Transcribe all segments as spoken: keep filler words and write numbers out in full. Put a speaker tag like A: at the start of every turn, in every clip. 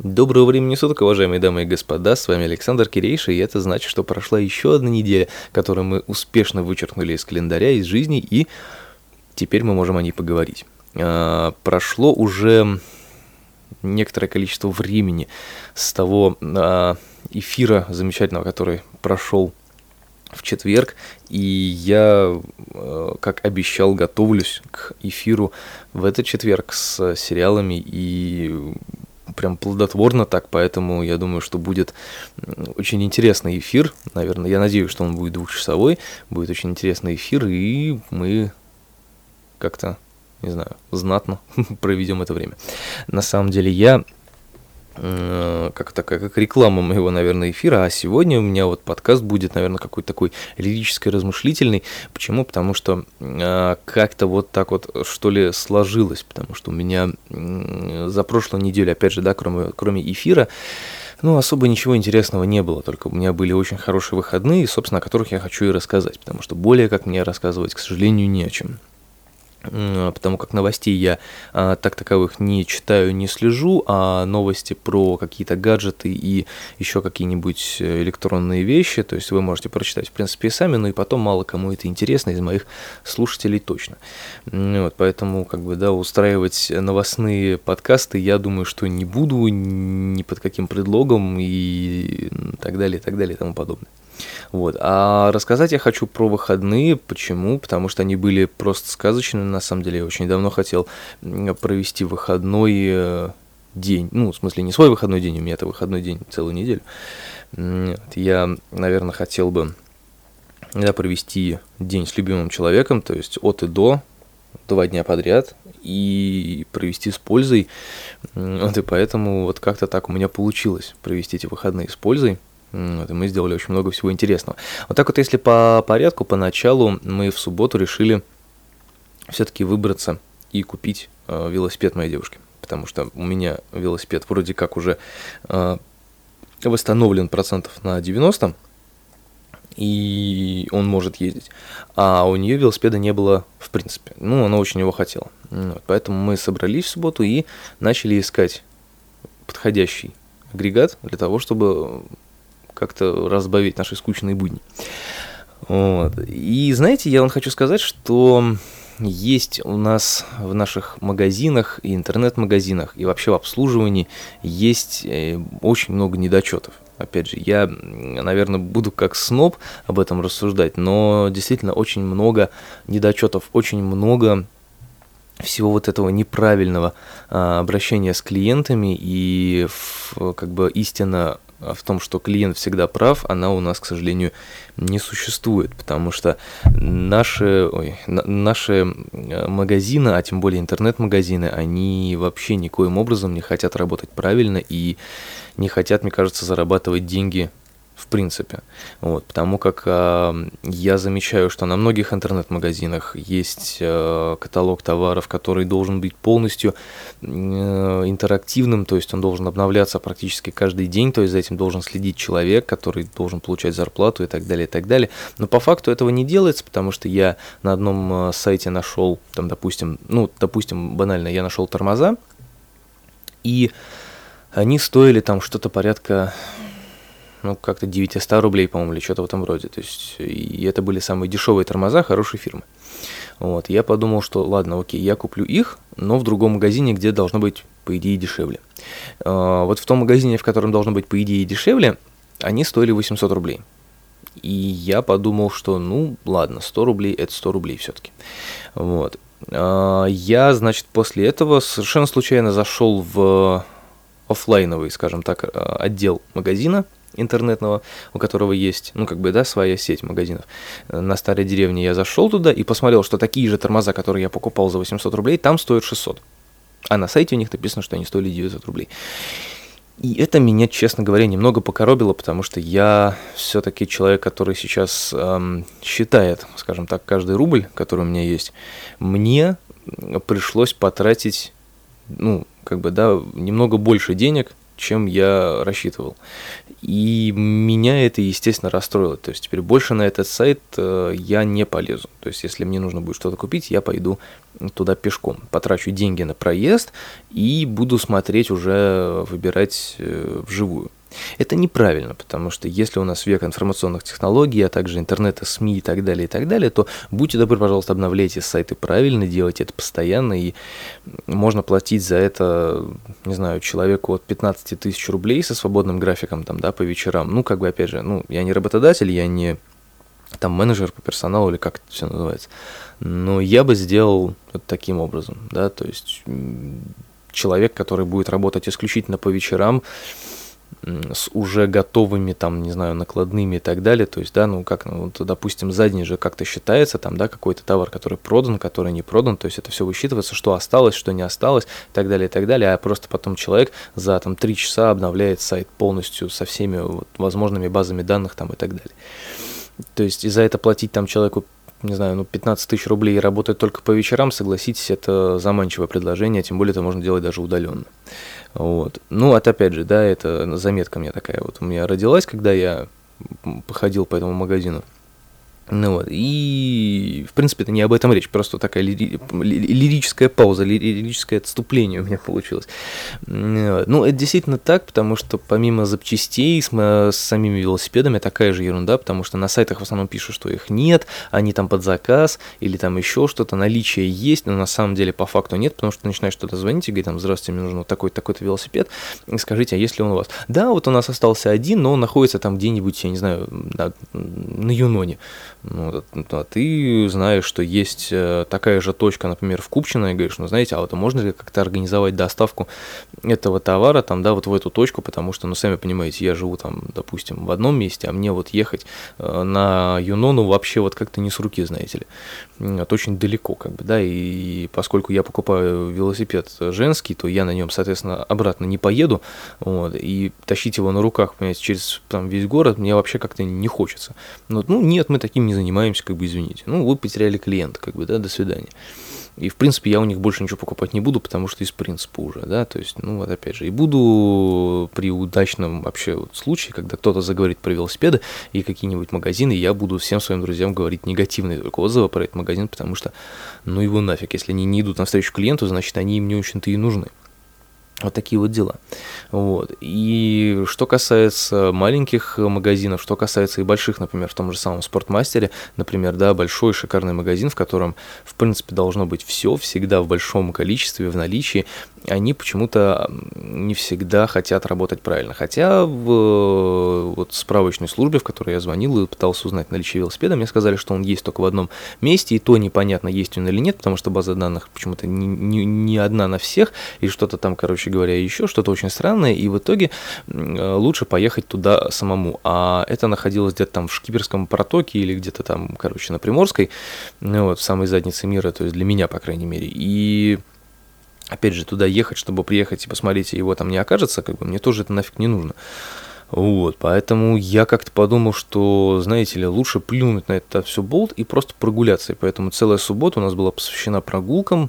A: Доброго времени суток, уважаемые дамы и господа, с вами Александр Кирейши, и это значит, что прошла еще одна неделя, которую мы успешно вычеркнули из календаря, из жизни, и теперь мы можем о ней поговорить. А, прошло уже некоторое количество времени с того а, эфира замечательного, который прошел в четверг, и я, как обещал, готовлюсь к эфиру в этот четверг с сериалами, и прям плодотворно так, поэтому я думаю, что будет очень интересный эфир, наверное, я надеюсь, что он будет двухчасовой, будет очень интересный эфир, и мы как-то, не знаю, знатно проведем это время. На самом деле я, как такая, как реклама моего, наверное, эфира, а сегодня у меня вот подкаст будет, наверное, какой-то такой лирическо-размышлительный. Почему? Потому что э, как-то вот так вот, что ли, сложилось, потому что у меня э, за прошлую неделю, опять же, да, кроме, кроме эфира, ну, особо ничего интересного не было, только у меня были очень хорошие выходные, собственно, о которых я хочу и рассказать, потому что более как мне рассказывать, к сожалению, не о чем. Потому как новостей я а, так таковых не читаю, не слежу, а новости про какие-то гаджеты и еще какие-нибудь электронные вещи, то есть вы можете прочитать, в принципе, и сами, но и потом мало кому это интересно, из моих слушателей точно. Вот, поэтому, как бы, да, устраивать новостные подкасты я думаю, что не буду ни под каким предлогом и так далее, и так далее, и тому подобное. Вот. А рассказать я хочу про выходные. Почему? Потому что они были просто сказочные. На самом деле я очень давно хотел провести выходной день. Ну, в смысле, не свой выходной день, у меня это выходной день целую неделю. Я, наверное, хотел бы да, провести день с любимым человеком, то есть от и до, два дня подряд, и провести с пользой. Вот, и поэтому вот как-то так у меня получилось провести эти выходные с пользой. Вот, и мы сделали очень много всего интересного. Вот так вот, если по порядку, поначалу мы в субботу решили все-таки выбраться и купить э, велосипед моей девушки. Потому что у меня велосипед вроде как уже э, восстановлен процентов на девяносто, и он может ездить. А у нее велосипеда не было в принципе. Ну, она очень его хотела. Вот, поэтому мы собрались в субботу и начали искать подходящий агрегат для того, чтобы как-то разбавить наши скучные будни. Вот. И знаете, я вам хочу сказать, что есть у нас в наших магазинах и интернет-магазинах, и вообще в обслуживании есть очень много недочетов. Опять же, я, наверное, буду как сноб об этом рассуждать, но действительно очень много недочетов, очень много всего вот этого неправильного а, обращения с клиентами, и в, как бы истина в том, что клиент всегда прав, она у нас, к сожалению, не существует, потому что наши, ой, наши магазины, а тем более интернет-магазины, они вообще никоим образом не хотят работать правильно и не хотят, мне кажется, зарабатывать деньги в принципе. Вот, потому как э, я замечаю, что на многих интернет-магазинах есть э, каталог товаров, который должен быть полностью э, интерактивным, то есть он должен обновляться практически каждый день, то есть за этим должен следить человек, который должен получать зарплату и так далее, и так далее. Но по факту этого не делается, потому что я на одном э, сайте нашел, там, допустим, ну, допустим, банально, я нашел тормоза, и они стоили там что-то порядка, ну, как-то девятьсот рублей, по-моему, или что-то в этом роде. То есть, и это были самые дешевые тормоза хорошей фирмы. Вот, я подумал, что ладно, окей, я куплю их, но в другом магазине, где должно быть, по идее, дешевле. Вот в том магазине, в котором должно быть, по идее, дешевле, они стоили восемьсот рублей. И я подумал, что, ну, ладно, сто рублей – это сто рублей все-таки. Вот. Я, значит, после этого совершенно случайно зашел в офлайновый, скажем так, отдел магазина интернетного, у которого есть, ну, как бы, да, своя сеть магазинов. На старой деревне я зашел туда и посмотрел, что такие же тормоза, которые я покупал за восемьсот рублей, там стоят шестьсот. А на сайте у них написано, что они стоили девятьсот рублей. И это меня, честно говоря, немного покоробило, потому что я все-таки человек, который сейчас эм, считает, скажем так, каждый рубль, который у меня есть. Мне пришлось потратить, ну, как бы, да, немного больше денег, чем я рассчитывал. И меня это, естественно, расстроило. То есть теперь больше на этот сайт я не полезу. То есть если мне нужно будет что-то купить, я пойду туда пешком. Потрачу деньги на проезд и буду смотреть уже, выбирать вживую. Это неправильно, потому что если у нас век информационных технологий, а также интернета, СМИ и так далее, и так далее, то будьте добры, пожалуйста, обновляйте сайты правильно, делайте это постоянно, и можно платить за это, не знаю, человеку от пятнадцать тысяч рублей со свободным графиком там, да, по вечерам. Ну, как бы, опять же, ну, я не работодатель, я не там менеджер по персоналу или как это все называется, но я бы сделал вот таким образом, да, то есть человек, который будет работать исключительно по вечерам, с уже готовыми, там, не знаю, накладными и так далее, то есть, да, ну, как, ну, вот, допустим, за день же как-то считается, там, да, какой-то товар, который продан, который не продан, то есть это все высчитывается, что осталось, что не осталось, и так далее, и так далее, а просто потом человек за, там, три часа обновляет сайт полностью со всеми вот, возможными базами данных, там, и так далее. То есть, и за это платить, там, человеку, не знаю, ну, пятнадцать тысяч рублей и работать только по вечерам, согласитесь, это заманчивое предложение, тем более это можно делать даже удаленно. Вот. Ну, вот опять же, да, это заметка у меня такая вот у меня родилась, когда я походил по этому магазину. Ну вот, и, в принципе, это не об этом речь, просто такая лири... лирическая пауза, лирическое отступление у меня получилось. Ну, это действительно так, потому что помимо запчастей с, с самими велосипедами такая же ерунда, потому что на сайтах в основном пишут, что их нет, они там под заказ, или там еще что-то, наличие есть, но на самом деле по факту нет, потому что начинаешь что-то звонить и говорить, там, здравствуйте, мне нужен вот такой-то, такой-то велосипед, и скажите, а есть ли он у вас? Да, вот у нас остался один, но он находится там где-нибудь, я не знаю, на, на Юноне. Ну, а ты знаешь, что есть такая же точка, например, в Купчино, и говоришь, ну, знаете, а вот можно ли как-то организовать доставку этого товара, там, да, вот в эту точку, потому что, ну, сами понимаете, я живу там, допустим, в одном месте, а мне вот ехать на Юнону вообще вот как-то не с руки, знаете ли, это очень далеко, как бы, да, и поскольку я покупаю велосипед женский, то я на нем, соответственно, обратно не поеду, вот, и тащить его на руках, понимаете, через там весь город мне вообще как-то не хочется. Вот, ну, нет, мы таким не занимаемся, как бы, извините. Ну, вы потеряли клиента, как бы, да, до свидания. И, в принципе, я у них больше ничего покупать не буду, потому что из принципа уже, да, то есть, ну, вот опять же, и буду при удачном вообще вот случае, когда кто-то заговорит про велосипеды и какие-нибудь магазины, я буду всем своим друзьям говорить негативные только отзывы про этот магазин, потому что, ну, его нафиг, если они не идут навстречу клиенту, значит, они им не очень-то и нужны. Вот такие вот дела. Вот. И что касается маленьких магазинов, что касается и больших, например, в том же самом Спортмастере, например, да, большой шикарный магазин, в котором, в принципе, должно быть все, всегда в большом количестве, в наличии, они почему-то не всегда хотят работать правильно. Хотя в вот, справочной службе, в которой я звонил и пытался узнать наличие велосипеда, мне сказали, что он есть только в одном месте, и то непонятно, есть он или нет, потому что база данных почему-то не, не, не одна на всех, и что-то там, короче говоря, еще что-то очень странное, и в итоге лучше поехать туда самому. А это находилось где-то там в Шкиперском протоке или где-то там, короче, на Приморской, ну, вот, в самой заднице мира, то есть для меня, по крайней мере. И опять же, туда ехать, чтобы приехать и посмотреть, его там не окажется, как бы мне тоже это нафиг не нужно. Вот, поэтому я как-то подумал, что, знаете ли, лучше плюнуть на это все болт и просто прогуляться. И поэтому целая суббота у нас была посвящена прогулкам,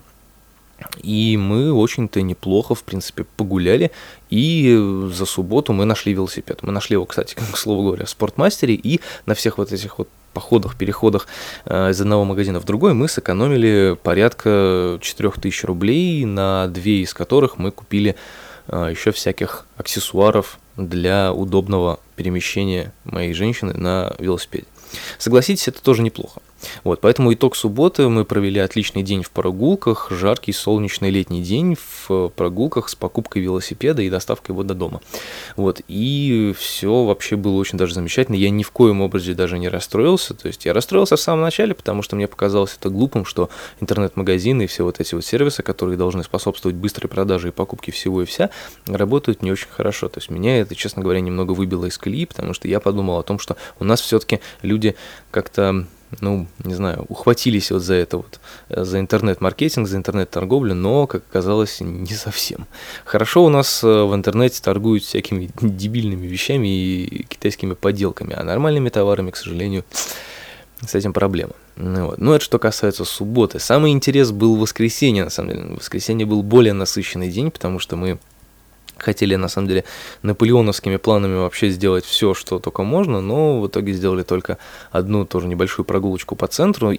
A: и мы очень-то неплохо, в принципе, погуляли, и за субботу мы нашли велосипед. Мы нашли его, кстати, к слову говоря, в Спортмастере, и на всех вот этих вот походах, переходах э, из одного магазина в другой мы сэкономили порядка четырех тысяч рублей, на две из которых мы купили э, еще всяких аксессуаров для удобного перемещения моей женщины на велосипеде. Согласитесь, это тоже неплохо. Вот, поэтому итог субботы мы провели отличный день в прогулках, жаркий солнечный летний день в прогулках с покупкой велосипеда и доставкой его до дома. Вот, и все вообще было очень даже замечательно. Я ни в коем образе даже не расстроился. То есть я расстроился в самом начале, потому что мне показалось это глупым, что интернет-магазины и все вот эти вот сервисы, которые должны способствовать быстрой продаже и покупке всего и вся, работают не очень хорошо. То есть меня это, честно говоря, немного выбило из колеи, потому что я подумал о том, что у нас все-таки люди как-то, ну, не знаю, ухватились вот за это вот, за интернет-маркетинг, за интернет-торговлю, но, как оказалось, не совсем. Хорошо у нас в интернете торгуют всякими дебильными вещами и китайскими подделками, а нормальными товарами, к сожалению, с этим проблема. Ну, вот. Ну, это что касается субботы. Самый интерес был в воскресенье, на самом деле. В воскресенье был более насыщенный день, потому что мы хотели, на самом деле, наполеоновскими планами вообще сделать все, что только можно, но в итоге сделали только одну тоже небольшую прогулочку по центру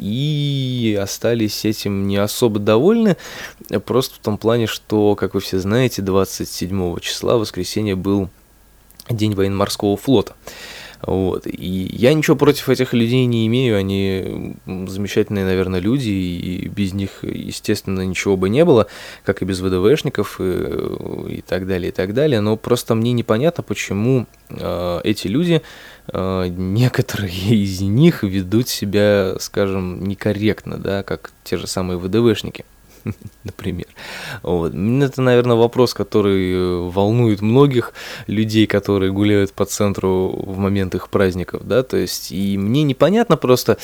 A: и остались этим не особо довольны, просто в том плане, что, как вы все знаете, двадцать седьмого числа, воскресенье, был День военно-морского флота. Вот. И я ничего против этих людей не имею, они замечательные, наверное, люди, и без них, естественно, ничего бы не было, как и без ВДВшников и, и так далее, и так далее, но просто мне непонятно, почему э, эти люди, э, некоторые из них ведут себя, скажем, некорректно, да, как те же самые ВДВшники. Например. Вот. Это, наверное, вопрос, который волнует многих людей, которые гуляют по центру в момент их праздников, да, то есть, и мне непонятно просто,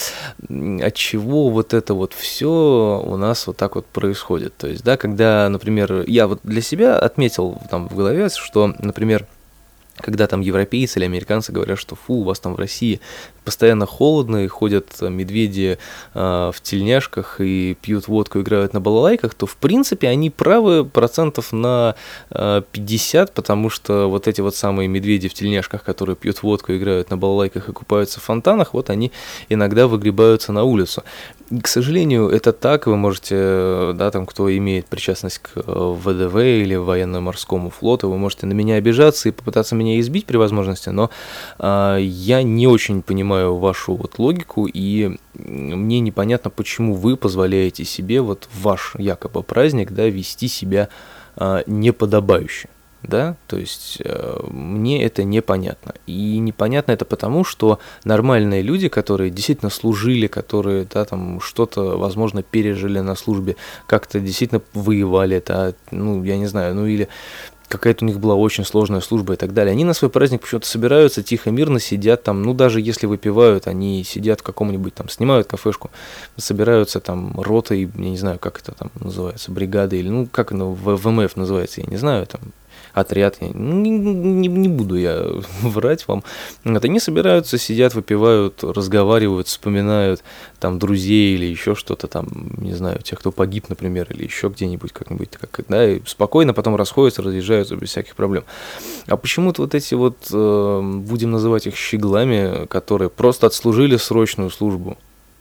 A: от чего вот это вот все у нас вот так вот происходит, то есть, да, когда, например, я вот для себя отметил там в голове, что, например, когда там европейцы или американцы говорят, что фу, у вас там в России постоянно холодно, и ходят медведи э, в тельняшках и пьют водку, играют на балалайках, то в принципе они правы процентов на э, пятьдесят, потому что вот эти вот самые медведи в тельняшках, которые пьют водку, играют на балалайках и купаются в фонтанах, вот они иногда выгребаются на улицу. И, к сожалению, это так, вы можете, да, там, кто имеет причастность к ВДВ или военно-морскому флоту, вы можете на меня обижаться и попытаться меня избить при возможности, но э, я не очень понимаю вашу вот логику, и мне непонятно, почему вы позволяете себе вот в ваш якобы праздник, да, вести себя э, неподобающе. Да, то есть э, мне это непонятно. И непонятно это потому, что нормальные люди, которые действительно служили, которые, да, там что-то, возможно, пережили на службе, как-то действительно воевали, да, ну, я не знаю, ну или какая-то у них была очень сложная служба и так далее. Они на свой праздник почему-то собираются, тихо, мирно сидят там, ну, даже если выпивают, они сидят в каком-нибудь там, снимают кафешку, собираются там ротой, я не знаю, как это там называется, бригадой, или, ну, как оно в ВМФ называется, я не знаю, там, отряд, я не, не, не буду я врать вам. Вот они собираются, сидят, выпивают, разговаривают, вспоминают там друзей или еще что-то там, не знаю, тех, кто погиб, например, или еще где-нибудь как-нибудь, как, да, и спокойно потом расходятся, разъезжаются без всяких проблем. А почему-то вот эти вот, э, будем называть их щеглами, которые просто отслужили срочную службу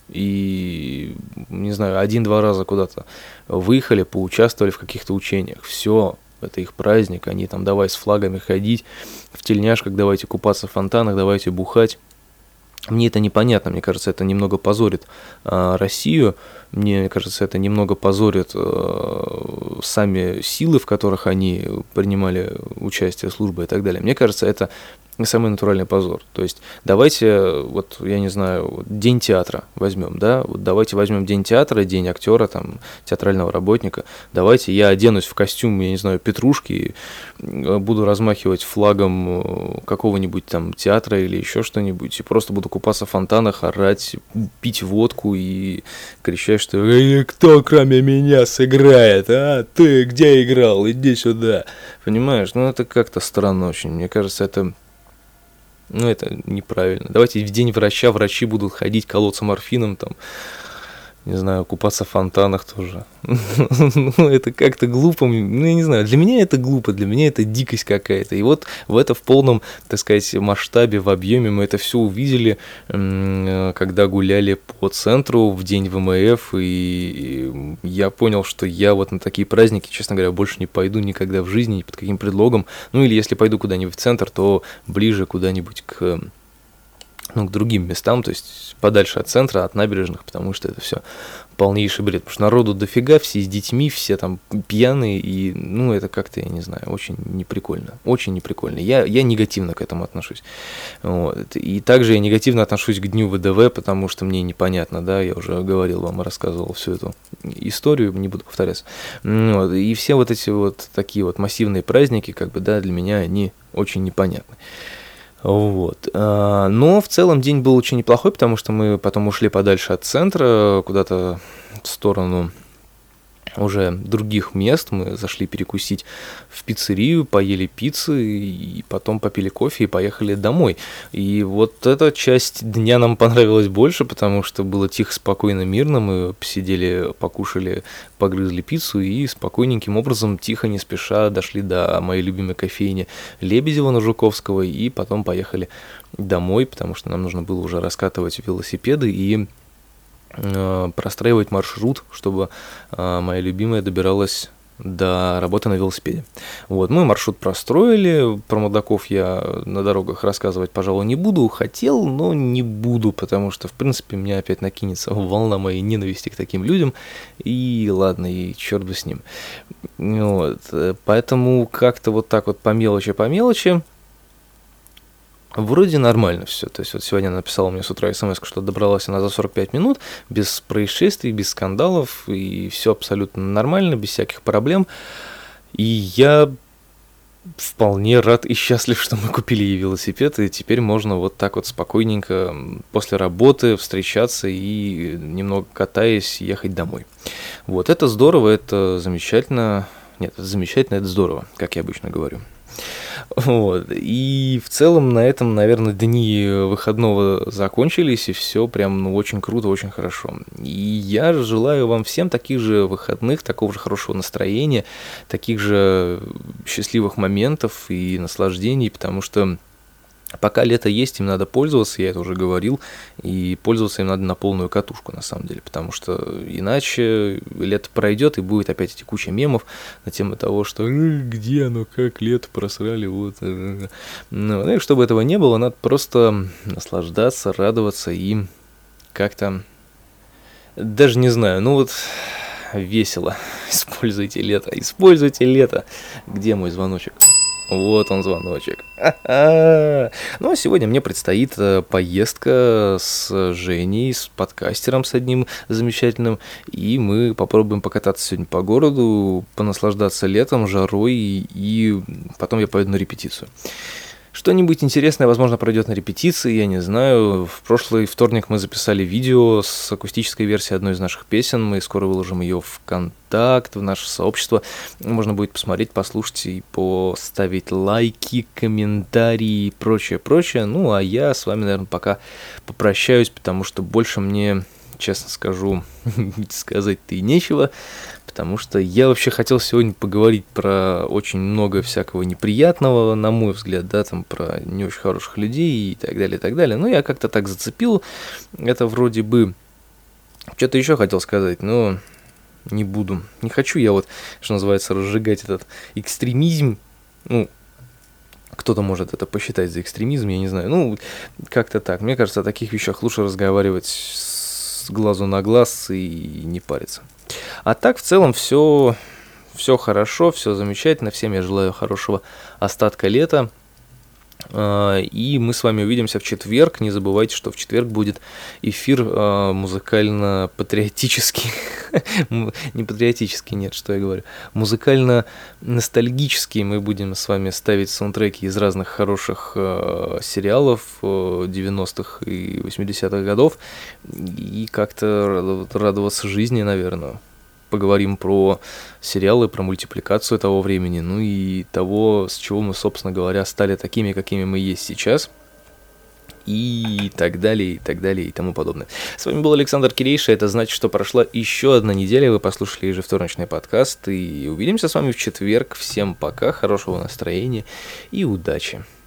A: и, не знаю, один-два раза куда-то выехали, поучаствовали в каких-то учениях, все. Это их праздник, они там давай с флагами ходить, в тельняшках давайте купаться в фонтанах, давайте бухать. Мне это непонятно, мне кажется, это немного позорит э, Россию, мне кажется, это немного позорит э, сами силы, в которых они принимали участие, службы и так далее. Мне кажется, это самый натуральный позор. То есть давайте, вот я не знаю, вот день театра возьмем, да, вот давайте возьмем день театра, день актера, там, театрального работника, давайте я оденусь в костюм, я не знаю, Петрушки, буду размахивать флагом какого-нибудь там театра или еще что-нибудь, и просто буду купаться в фонтанах, орать, пить водку и кричать, что «Э, кто кроме меня сыграет, а? Ты где играл? Иди сюда!» Понимаешь? Ну, это как-то странно очень. Мне кажется, это... Ну, это неправильно. Давайте в день врача врачи будут ходить, колоться морфином, там, не знаю, купаться в фонтанах тоже. Ну, это как-то глупо. Ну, я не знаю, для меня это глупо, для меня это дикость какая-то. И вот в это в полном, так сказать, масштабе, в объеме мы это все увидели, когда гуляли по центру в день ВМФ, и я понял, что я вот на такие праздники, честно говоря, больше не пойду никогда в жизни, ни под каким предлогом. Ну, или если пойду куда-нибудь в центр, то ближе куда-нибудь к... ну, к другим местам, то есть подальше от центра, от набережных, потому что это все полнейший бред, потому что народу дофига, все с детьми, все там пьяные, и, ну, это как-то, я не знаю, очень неприкольно, очень неприкольно. Я, я негативно к этому отношусь. Вот. И также я негативно отношусь к Дню ВДВ, потому что мне непонятно, да, я уже говорил вам, рассказывал всю эту историю, не буду повторяться. Вот. И все вот эти вот такие вот массивные праздники, как бы, да, для меня они очень непонятны. Вот. Но в целом день был очень неплохой, потому что мы потом ушли подальше от центра, куда-то в сторону уже других мест. Мы зашли перекусить в пиццерию, поели пиццы, и потом попили кофе и поехали домой. И вот эта часть дня нам понравилась больше, потому что было тихо, спокойно, мирно. Мы посидели, покушали, погрызли пиццу и спокойненьким образом, тихо, не спеша, дошли до моей любимой кофейни Лебедева на Жуковского, и потом поехали домой, потому что нам нужно было уже раскатывать велосипеды и простраивать маршрут, чтобы э, моя любимая добиралась до работы на велосипеде. Вот, мы маршрут простроили, про мудаков я на дорогах рассказывать, пожалуй, не буду, хотел, но не буду, потому что, в принципе, мне опять накинется волна моей ненависти к таким людям, и ладно, и черт бы с ним. Вот, поэтому как-то вот так вот по мелочи, по мелочи, вроде нормально все. То есть вот сегодня она написала мне с утра смс, что добралась она за сорок пять минут, без происшествий, без скандалов, и все абсолютно нормально, без всяких проблем. И я вполне рад и счастлив, что мы купили ей велосипед, и теперь можно вот так вот спокойненько после работы встречаться и немного катаясь ехать домой. Вот, это здорово, это замечательно. Нет, это замечательно, это здорово, как я обычно говорю. Вот. И в целом на этом, наверное, дни выходного закончились, и все прям ну, очень круто, очень хорошо. И я желаю вам всем таких же выходных, такого же хорошего настроения, таких же счастливых моментов и наслаждений, потому что пока лето есть, им надо пользоваться, я это уже говорил, и пользоваться им надо на полную катушку, на самом деле, потому что иначе лето пройдет, и будет опять эти куча мемов на тему того, что где оно, как лето просрали, вот. Ну, и чтобы этого не было, надо просто наслаждаться, радоваться и как-то, даже не знаю, ну вот весело, используйте лето, используйте лето. Где мой звоночек? Вот он, звоночек. Ха-ха. Ну, а сегодня мне предстоит поездка с Женей, с подкастером, с одним замечательным, и мы попробуем покататься сегодня по городу, понаслаждаться летом, жарой, и потом я поеду на репетицию. Что-нибудь интересное, возможно, пройдет на репетиции, я не знаю. В прошлый вторник мы записали видео с акустической версией одной из наших песен. Мы скоро выложим ее в ВКонтакт, в наше сообщество. Можно будет посмотреть, послушать и поставить лайки, комментарии и прочее, прочее. Ну, а я с вами, наверное, пока попрощаюсь, потому что больше мне, честно скажу, сказать-то и нечего. Потому что я вообще хотел сегодня поговорить про очень много всякого неприятного, на мой взгляд, да, там про не очень хороших людей и так далее, и так далее. Но я как-то так зацепил это вроде бы. Что-то еще хотел сказать, но не буду. Не хочу я вот, что называется, разжигать этот экстремизм. Ну, кто-то может это посчитать за экстремизм, я не знаю. Ну, как-то так. Мне кажется, о таких вещах лучше разговаривать с глазу на глаз и не париться. А так, в целом, все, все хорошо, все замечательно. Всем я желаю хорошего остатка лета. И мы с вами увидимся в четверг. Не забывайте, что в четверг будет эфир музыкально-патриотический. Не патриотический, нет, что я говорю. Музыкально-ностальгический. Мы будем с вами ставить саундтреки из разных хороших сериалов девяностых и восьмидесятых годов. И как-то радоваться жизни, наверное. Поговорим про сериалы, про мультипликацию того времени, ну и того, с чего мы, собственно говоря, стали такими, какими мы есть сейчас, и так далее, и так далее, и тому подобное. С вами был Александр Кирейша, это значит, что прошла еще одна неделя, вы послушали ежевторничный подкаст, и увидимся с вами в четверг. Всем пока, хорошего настроения и удачи!